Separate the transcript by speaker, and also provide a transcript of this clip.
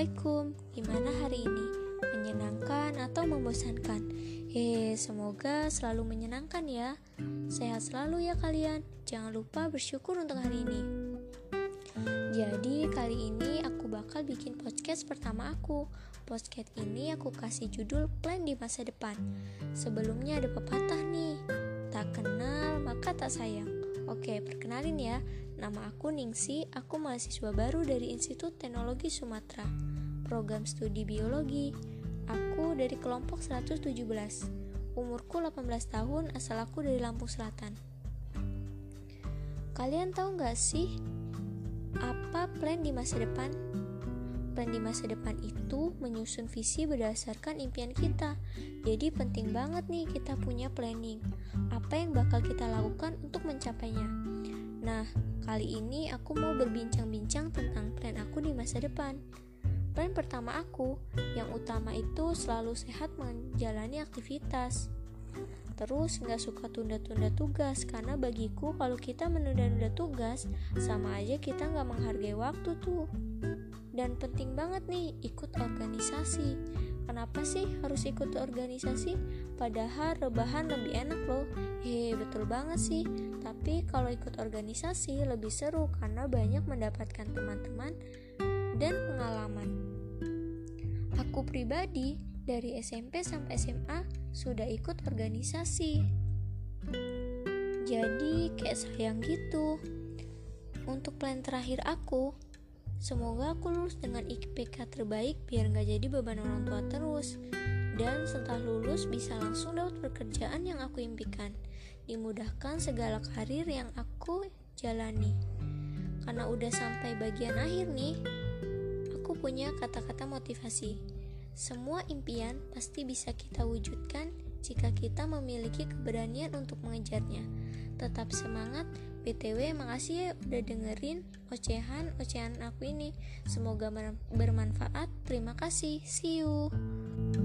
Speaker 1: Assalamualaikum, gimana hari ini? Menyenangkan atau membosankan? Semoga selalu menyenangkan ya. Sehat selalu ya kalian. Jangan lupa bersyukur untuk hari ini. Jadi kali ini aku bakal bikin podcast pertama aku. Podcast ini aku kasih judul Plan di Masa Depan. Sebelumnya ada pepatah nih, tak kenal maka tak sayang. Oke, perkenalin ya. Nama aku Ningsi, aku mahasiswa baru dari Institut Teknologi Sumatera, program studi biologi. Aku dari kelompok 117. Umurku 18 tahun, asal aku dari Lampung Selatan. Kalian tahu gak sih apa plan di masa depan? Plan di masa depan itu menyusun visi berdasarkan impian kita. Jadi penting banget nih kita punya planning. Apa yang bakal kita lakukan untuk mencapainya? Nah, kali ini aku mau berbincang-bincang tentang plan aku di masa depan. Plan pertama aku, yang utama itu selalu sehat menjalani aktivitas. Terus gak suka tunda-tunda tugas, karena bagiku kalau kita menunda-nunda tugas, sama aja kita gak menghargai waktu tuh. Dan penting banget nih, ikut organisasi. Kenapa sih harus ikut organisasi? Padahal rebahan lebih enak loh. Betul banget sih. Tapi kalau ikut organisasi lebih seru karena banyak mendapatkan teman-teman dan pengalaman. Aku pribadi dari SMP sampai SMA sudah ikut organisasi. Jadi kayak sayang gitu. Untuk plan terakhir aku, semoga aku lulus dengan IPK terbaik biar gak jadi beban orang tua terus. Dan setelah lulus bisa langsung dapat pekerjaan yang aku impikan. Dimudahkan segala karir yang aku jalani. Karena udah sampai bagian akhir nih, aku punya kata-kata motivasi. Semua impian pasti bisa kita wujudkan jika kita memiliki keberanian untuk mengejarnya. Tetap semangat. BTW makasih ya udah dengerin ocehan aku ini. Semoga bermanfaat. Terima kasih. See you.